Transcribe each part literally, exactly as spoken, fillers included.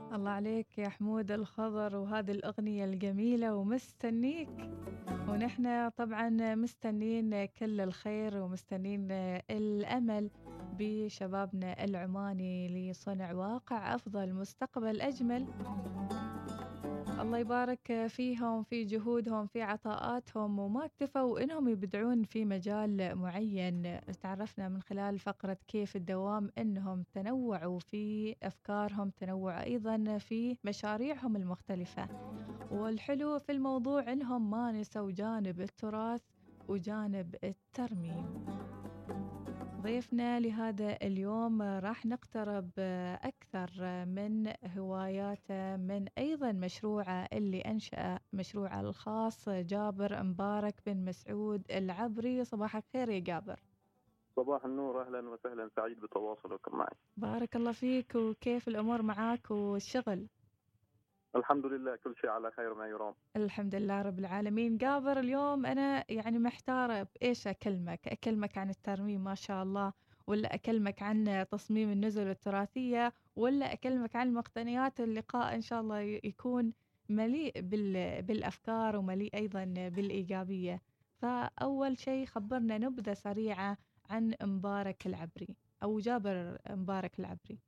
الله عليك يا حمود الخضر وهذه الأغنية الجميلة ومستنيك. ونحن طبعا مستنين كل الخير ومستنين الأمل بشبابنا العماني لصنع واقع أفضل، مستقبل أجمل. الله يبارك فيهم، في جهودهم، في عطاءاتهم، وما اكتفوا إنهم يبدعون في مجال معين. تعرفنا من خلال فقرة كيف الدوام إنهم تنوعوا في أفكارهم، تنوعوا أيضا في مشاريعهم المختلفة. والحلو في الموضوع إنهم ما نسوا جانب التراث وجانب الترميم. ضيفنا لهذا اليوم راح نقترب أكثر من هواياته، من أيضا مشروعه اللي أنشأ، مشروعه الخاص جابر مبارك بن مسعود العبري. صباح الخير يا جابر. صباح النور، أهلا وسهلا، سعيد بتواصلكم معي. بارك الله فيك. وكيف الأمور معاك والشغل؟ الحمد لله، كل شيء على خير ما يرام. الحمد لله رب العالمين. جابر، اليوم أنا يعني محتارة بإيش أكلمك. أكلمك عن الترميم ما شاء الله، ولا أكلمك عن تصميم النزل التراثية، ولا أكلمك عن المقتنيات؟ اللقاء إن شاء الله ي- يكون مليء بال... بالأفكار ومليء أيضا بالإيجابية. فأول شيء خبرنا نبذة سريعة عن مبارك العبري أو جابر مبارك العبري.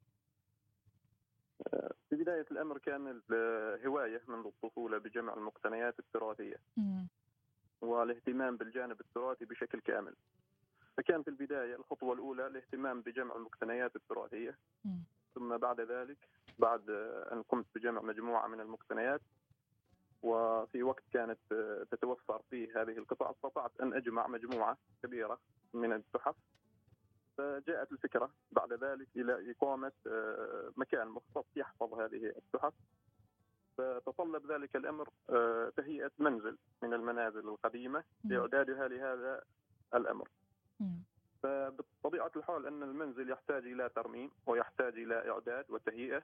في بداية الأمر كان الهواية منذ الطفولة بجمع المقتنيات التراثية مم. والاهتمام بالجانب التراثي بشكل كامل. فكان في البداية الخطوة الأولى الاهتمام بجمع المقتنيات التراثية، مم. ثم بعد ذلك بعد أن قمت بجمع مجموعة من المقتنيات وفي وقت كانت تتوفر فيه هذه القطع، استطعت أن أجمع مجموعة كبيرة من التحف. فجاءت الفكرة بعد ذلك إلى إقامة آه، مكان مختص يحفظ هذه التحف. فتطلب ذلك الأمر آه، تهيئة منزل من المنازل القديمة مم. لإعدادها لهذا الأمر. مم. فبطبيعة الحال أن المنزل يحتاج إلى ترميم ويحتاج إلى إعداد وتهيئة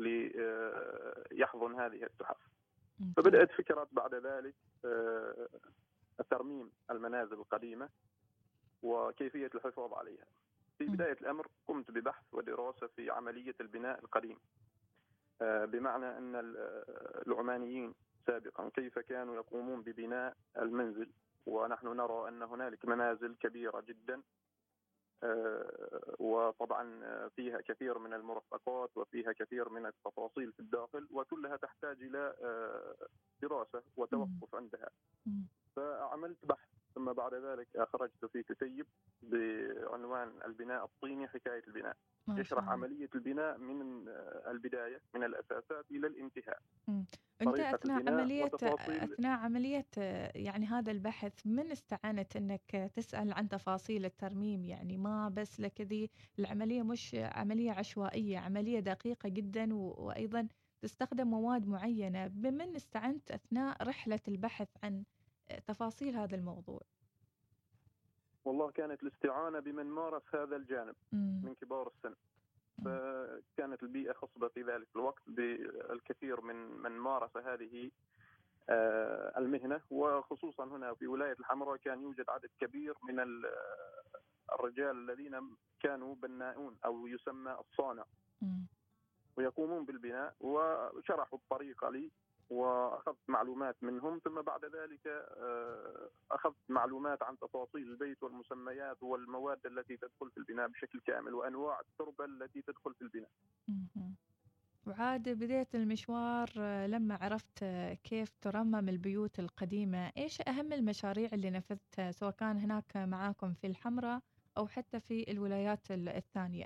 ليحضن هذه التحف. ممتاز. فبدأت فكرة بعد ذلك آه، ترميم المنازل القديمة وكيفية الحفاظ عليها. في مم. بداية الأمر قمت ببحث ودراسة في عملية البناء القديم، آه، بمعنى أن ال- آه، العمانيين سابقا كيف كانوا يقومون ببناء المنزل، ونحن نرى أن هنالك منازل كبيرة جدا، آه، وطبعا آه، فيها كثير من المرفقات وفيها كثير من التفاصيل في الداخل، وكلها تحتاج إلى آه، دراسة مم. وتوقف عندها. مم. فعملت بحث، ثم بعد ذلك أخرجت في كتيب بعنوان البناء الطيني حكاية البناء، ما شاء يشرح الله. عملية البناء من البداية من الأساسات إلى الانتهاء، مم. أنت طريقة أثناء البناء عملية وتفاصيل. أثناء عملية آه، يعني هذا البحث، من استعانت أنك تسأل عن تفاصيل الترميم؟ يعني ما بس لكذي، العملية مش عملية عشوائية، عملية دقيقة جدا و- وأيضا تستخدم مواد معينة. بمن استعنت أثناء رحلة البحث عن آه، تفاصيل هذا الموضوع؟ والله كانت الاستعانة بمن مارس هذا الجانب مم. من كبار السن. مم. فكانت البيئة خصبة في ذلك الوقت بالكثير من من مارس هذه آه، المهنة، وخصوصا هنا في ولاية الحمراء كان يوجد عدد كبير من ال- الرجال الذين كانوا بناؤون أو يسمى الصانع، مم. ويقومون بالبناء، وشرحوا الطريقة لي وأخذت معلومات منهم. ثم بعد ذلك آه، أخذت معلومات عن تفاصيل البيت والمسميات والمواد التي تدخل في البناء بشكل كامل وأنواع التربة التي تدخل في البناء. مم. وعاد بديت المشوار آه، لما عرفت آه، كيف ترمم البيوت القديمة. إيش أهم المشاريع اللي نفذتها، سواء كان هناك معاكم في الحمراء أو حتى في الولايات ال- الثانية؟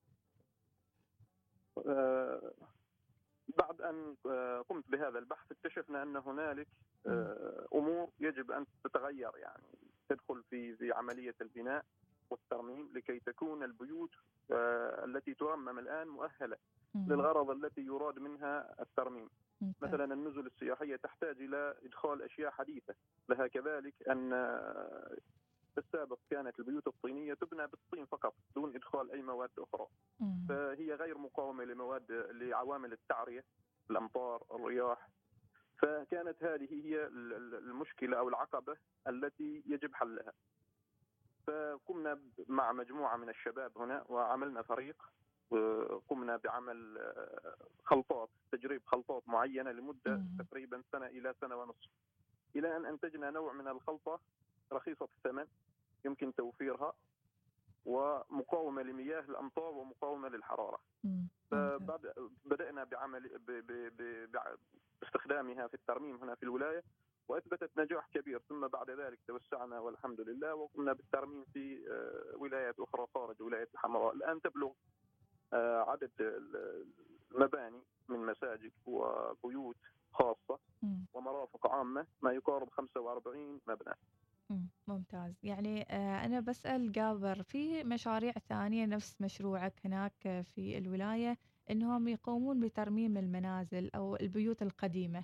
آه، بعد أن آه، قمت بهذا البحث اكتشفنا أن هنالك مم. آه، أمور يجب أن تتغير، يعني تدخل في في عملية البناء والترميم لكي تكون البيوت آه، التي ترمم الآن مؤهلة مم. للغرض التي يراد منها الترميم. ممتاز. مثلا النزل السياحية تحتاج إلى إدخال أشياء حديثة لها، كذلك أن آه، في السابق كانت البيوت الطينية تبنى بالطين فقط دون إدخال أي مواد أخرى، مم. فهي غير مقاومة لمواد لعوامل التعرية، الأمطار، الرياح. فكانت هذه هي المشكلة أو العقبة التي يجب حلها. فقمنا مع مجموعة من الشباب هنا وعملنا فريق قمنا بعمل خلطات، تجريب خلطات معينة لمدة مم. تقريبا سنة إلى سنة ونصف، إلى أن أنتجنا نوع من الخلطة رخيصة الثمن يمكن توفيرها ومقاومة لمياه الأمطار ومقاومة للحرارة. مم. ممتاز. فبعد بدأنا بعمل ب- ب- ب- بع- باستخدامها في الترميم هنا في الولاية، وأثبتت نجاح كبير. ثم بعد ذلك توسعنا والحمد لله، وقمنا بالترميم في آه، ولايات أخرى خارج ولاية الحمراء. الآن تبلغ آه، عدد المباني من مساجد وبيوت خاصة مم. ومرافق عامة ما يقارب خمسة وأربعين مبنى. مم. ممتاز. يعني آه، أنا بسأل جابر، في مشاريع ثانية نفس مشروعك هناك آه، في الولاية، إنهم يقومون بترميم المنازل أو البيوت القديمة؟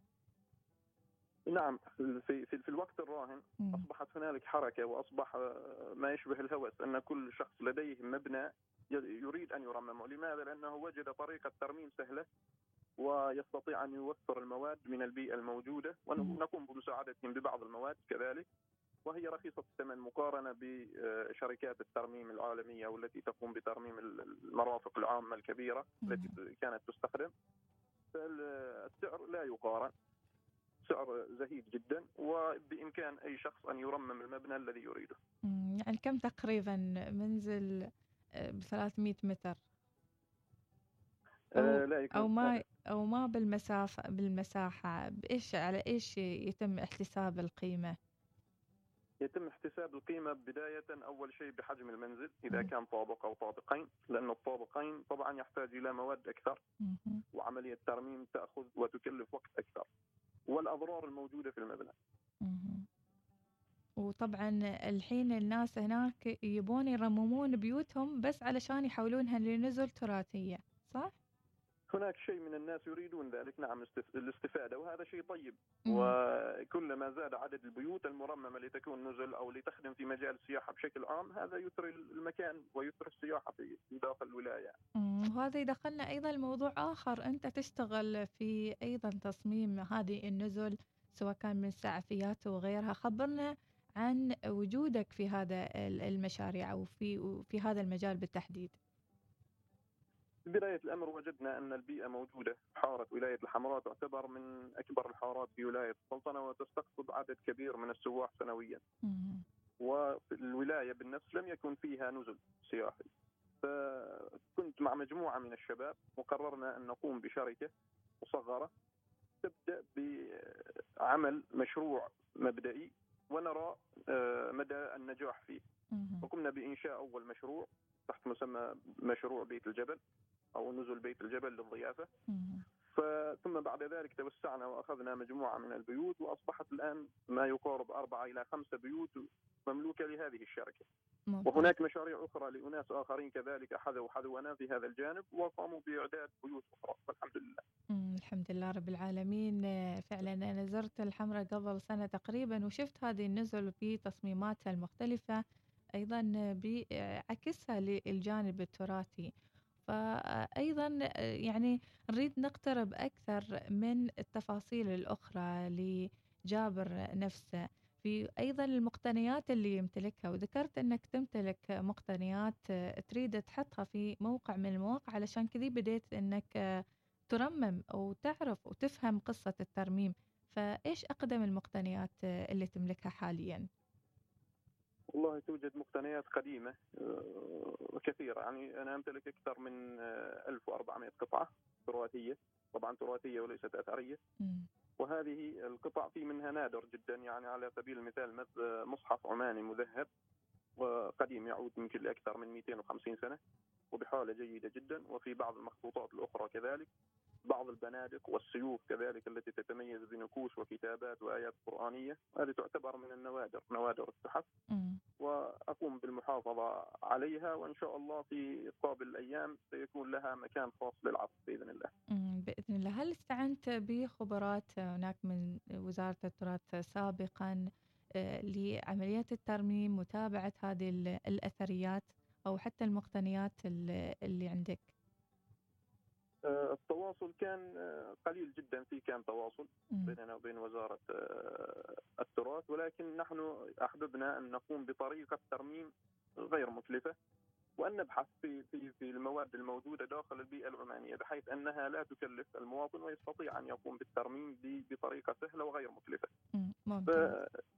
نعم، في في في الوقت الراهن مم. أصبحت هنالك حركة، وأصبح ما يشبه الهوس أن كل شخص لديه مبنى يريد أن يرممه. لماذا؟ لأنه وجد طريقة ترميم سهلة ويستطيع أن يوفر المواد من البيئة الموجودة، مم. ونقوم بمساعدتهم ببعض المواد كذلك، وهي رخيصة الثمن مقارنة بشركات الترميم العالمية والتي تقوم بترميم المرافق العامة الكبيرة مم. التي كانت تستخدم. فالسعر لا يقارن، سعر زهيد جدا، وبإمكان أي شخص أن يرمم المبنى الذي يريده. مم. يعني كم تقريبا منزل ب ثلاثمئة متر؟ أو آه لا أو يكون ما أو ما بالمسافة بالمساحة، بإيش على إيش يتم احتساب القيمة؟ يتم احتساب القيمة بداية أول شيء بحجم المنزل، إذا مم. كان طابق أو طابقين، لأن الطابقين طبعا يحتاج إلى مواد أكثر، مم. وعملية ترميم تأخذ وتكلف وقت أكثر، والأضرار الموجودة في المبنى. مم. وطبعا الحين الناس هناك يبون يرممون بيوتهم بس علشان يحولونها لنزل تراثية، صح؟ هناك شيء من الناس يريدون ذلك، نعم، استف- الاستفادة، وهذا شيء طيب. مم. وكلما زاد عدد البيوت المرممة لتكون نزل أو لتخدم في مجال السياحة بشكل عام، هذا يثري المكان ويثري السياحة في في داخل الولاية. مم. وهذا يدخلنا أيضا لموضوع آخر، أنت تشتغل في أيضا تصميم هذه النزل سواء كان من سعفيات وغيرها. خبرنا عن وجودك في هذا ال- المشاريع أو في في هذا المجال بالتحديد. في بداية الأمر وجدنا أن البيئة موجودة. حارة ولاية الحمراء تعتبر من أكبر الحارات في ولاية السلطنة، وتستقطب عدد كبير من السواح سنويا، مم. والولاية بالنفس لم يكن فيها نزل سياحي. فكنت مع مجموعة من الشباب وقررنا أن نقوم بشركة مصغرة تبدأ بعمل مشروع مبدئي ونرى آه، مدى النجاح فيه. مم. وقمنا بإنشاء أول مشروع تحت مسمى مشروع بيت الجبل أو نزل بيت الجبل للضيافة. مم. ثم بعد ذلك توسعنا وأخذنا مجموعة من البيوت، وأصبحت الآن ما يقارب أربعة إلى خمسة بيوت مملوكة لهذه الشركة. ممتاز. وهناك مشاريع أخرى لأناس آخرين كذلك حذوا حذونا في هذا الجانب وقاموا بإعداد بيوت أخرى، والحمد لله. مم. الحمد لله رب العالمين. آه، فعلا أنا زرت الحمرة قبل سنة تقريبا وشفت هذه النزل بتصميماتها المختلفة، أيضا بعكسها للجانب التراثي. فأيضا يعني نريد نقترب أكثر من التفاصيل الأخرى لجابر نفسه، في أيضا المقتنيات اللي يمتلكها. وذكرت أنك تمتلك مقتنيات تريد تحطها في موقع من المواقع، علشان كذي بديت أنك ترمم أو تعرف وتفهم قصة الترميم. فإيش أقدم المقتنيات اللي تملكها حاليا؟ والله توجد مقتنيات قديمة آه، كثيرة، يعني أنا أمتلك أكثر من آه، ألف وأربعمائة قطعة تراثية، طبعا تراثية وليست أثرية. مم. وهذه القطع في منها نادر جدا، يعني على سبيل المثال مثل مصحف عماني مذهب وقديم يعود يمكن لأكثر من مئتين وخمسين سنة وبحالة جيدة جدا. وفي بعض المخطوطات الأخرى كذلك بعض البنادق والسيوف كذلك التي تتميز بنقوش وكتابات وآيات قرآنية، هذه تعتبر من النوادر، نوادر التحف، مم. وأقوم بالمحافظة عليها، وإن شاء الله في قابل الأيام سيكون لها مكان خاص للعرض بإذن الله. مم، بإذن الله. هل استعنت بخبرات هناك من وزارة التراث سابقا آه، لعمليات الترميم، متابعة هذه ال- الأثريات أو حتى المقتنيات ال- اللي عندك؟ آه، التواصل كان آه، قليل جدا، في كان تواصل مم. بيننا وبين وزارة آه، التراث، ولكن نحن أحببنا أن نقوم بطريقة ترميم غير مكلفة وأن نبحث في في في المواد الموجودة داخل البيئة العمانية بحيث أنها لا تكلف المواطن ويستطيع أن يقوم بالترميم بطريقة سهلة وغير مكلفة. ف ممتاز.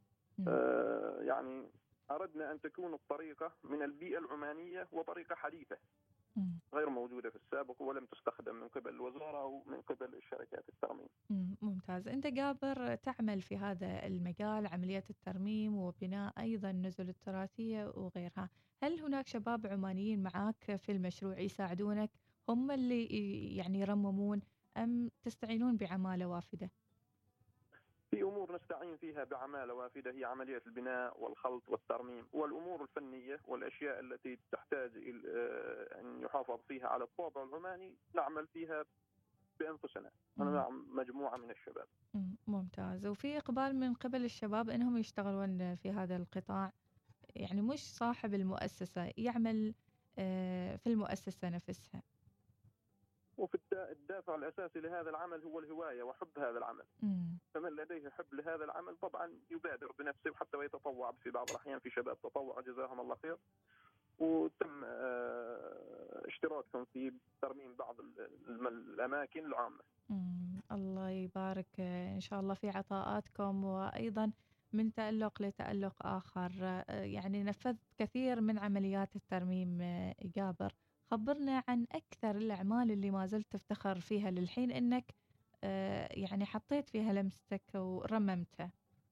يعني أردنا أن تكون الطريقة من البيئة العمانية وطريقة حديثة مم. غير موجودة في السابق ولم تستخدم من قبل الوزارة أو من قبل شركات الترميم. ممتاز. أنت جابر تعمل في هذا المجال، عملية الترميم وبناء أيضا النزل التراثية وغيرها. هل هناك شباب عمانيين معك في المشروع يساعدونك، هم اللي يعني يرممون، أم تستعينون بعمالة وافدة؟ في أمور نستعين فيها بعمالة وافدة هي عملية البناء والخلط والترميم، والأمور الفنية والأشياء التي تحتاج أن يحافظ فيها على الطابع العماني نعمل فيها بأنفسنا، أنا مع مجموعة من الشباب. ممتاز. وفي إقبال من قبل الشباب أنهم يشتغلون في هذا القطاع، يعني مش صاحب المؤسسة يعمل في المؤسسة نفسها. وفي الدافع الأساسي لهذا العمل هو الهواية وحب هذا العمل. مم. فمن لديه حب لهذا العمل طبعا يبادر بنفسه وحتى ويتطوع في بعض الأحيان. في شباب تطوع جزاهم الله خير وتم اشتراكهم في ترميم بعض الأماكن العامة. مم. الله يبارك إن شاء الله في عطاءاتكم، وأيضا من تألق لتألق آخر. يعني نفذت كثير من عمليات الترميم. جابر، خبرنا عن أكثر الأعمال اللي ما زلت تفتخر فيها للحين إنك يعني حطيت فيها لمستك ورممتها.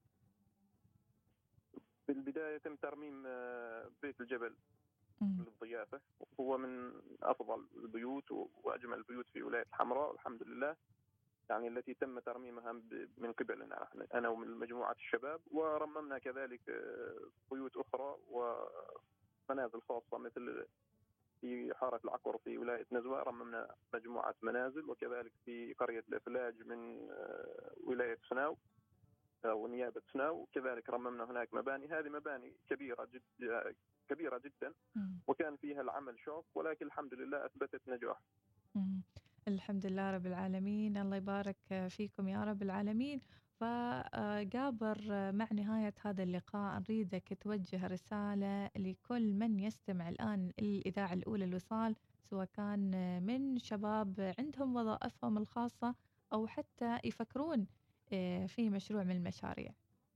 في البداية تم ترميم بيت الجبل للضيافة، هو من أفضل البيوت وأجمل البيوت في ولاية الحمراء الحمد لله، يعني التي تم ترميمها من قبلنا أنا ومن مجموعة الشباب. ورممنا كذلك بيوت أخرى ومنازل خاصة مثل في حارة العقر في ولاية نزوة رممنا مجموعة منازل، وكذلك في قرية الأفلاج من ولاية سناو أو نيابة سناو كذلك رممنا هناك مباني. هذه مباني كبيرة جدا كبيرة جدا وكان فيها العمل شاق، ولكن الحمد لله أثبتت نجاح. الحمد لله رب العالمين. الله يبارك فيكم يا رب العالمين. فجابر، مع نهاية هذا اللقاء نريدك توجه رسالة لكل من يستمع الآن الإذاعة الأولى الوصال، سواء كان من شباب عندهم وظائفهم الخاصة أو حتى يفكرون في مشروع من المشاريع.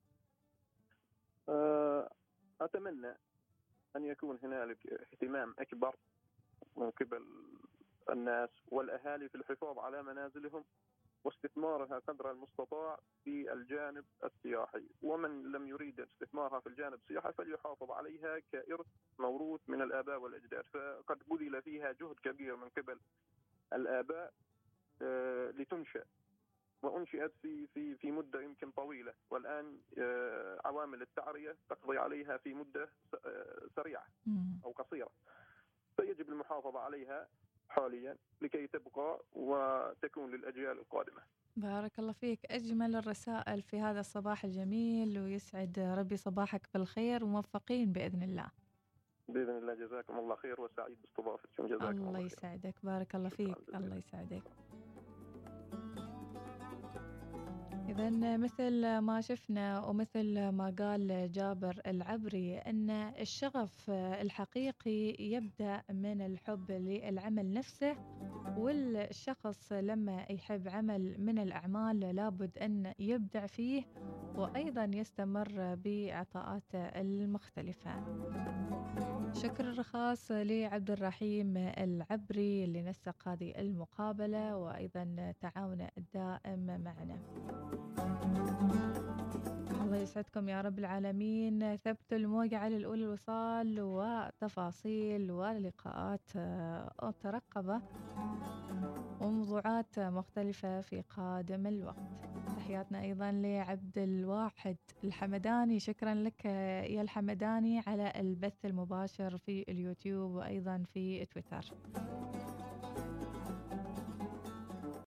أتمنى أن يكون هنالك اهتمام أكبر من قبل الناس والأهالي في الحفاظ على منازلهم واستثمارها قدر المستطاع في الجانب السياحي، ومن لم يريد استثمارها في الجانب السياحي فليحافظ عليها كإرث موروث من الآباء والأجداد. فقد بذل فيها جهد كبير من قبل الآباء لتنشأ، وأنشئت في في في مدة يمكن طويلة، والآن عوامل التعرية تقضي عليها في مدة سريعة أو قصيرة، فيجب المحافظة عليها حاليا لكي تبقى وتكون للأجيال القادمة. بارك الله فيك. أجمل الرسائل في هذا الصباح الجميل، ويسعد ربي صباحك بالخير وموفقين بإذن الله. بإذن الله. جزاكم الله خير وسعيد باستضافتكم. جزاكم الله, الله يسعدك. بارك الله فيك. الله يسعدك. إذن مثل ما شفنا ومثل ما قال جابر العبري أن الشغف الحقيقي يبدأ من الحب للعمل نفسه، والشخص لما يحب عمل من الأعمال لابد أن يبدع فيه وأيضا يستمر بعطاءاته المختلفة. شكر خاص لعبد الرحيم العبري اللي نسق هذه المقابلة وأيضا تعاونه الدائم معنا. الله يسعدكم يا رب العالمين. ثبتوا الموقع للأولى الوصال وتفاصيل ولقاءات مترقبة وموضوعات مختلفة في قادم الوقت. تحياتنا أيضا لعبد الواحد الحمداني. شكرا لك يا الحمداني على البث المباشر في اليوتيوب وأيضا في تويتر.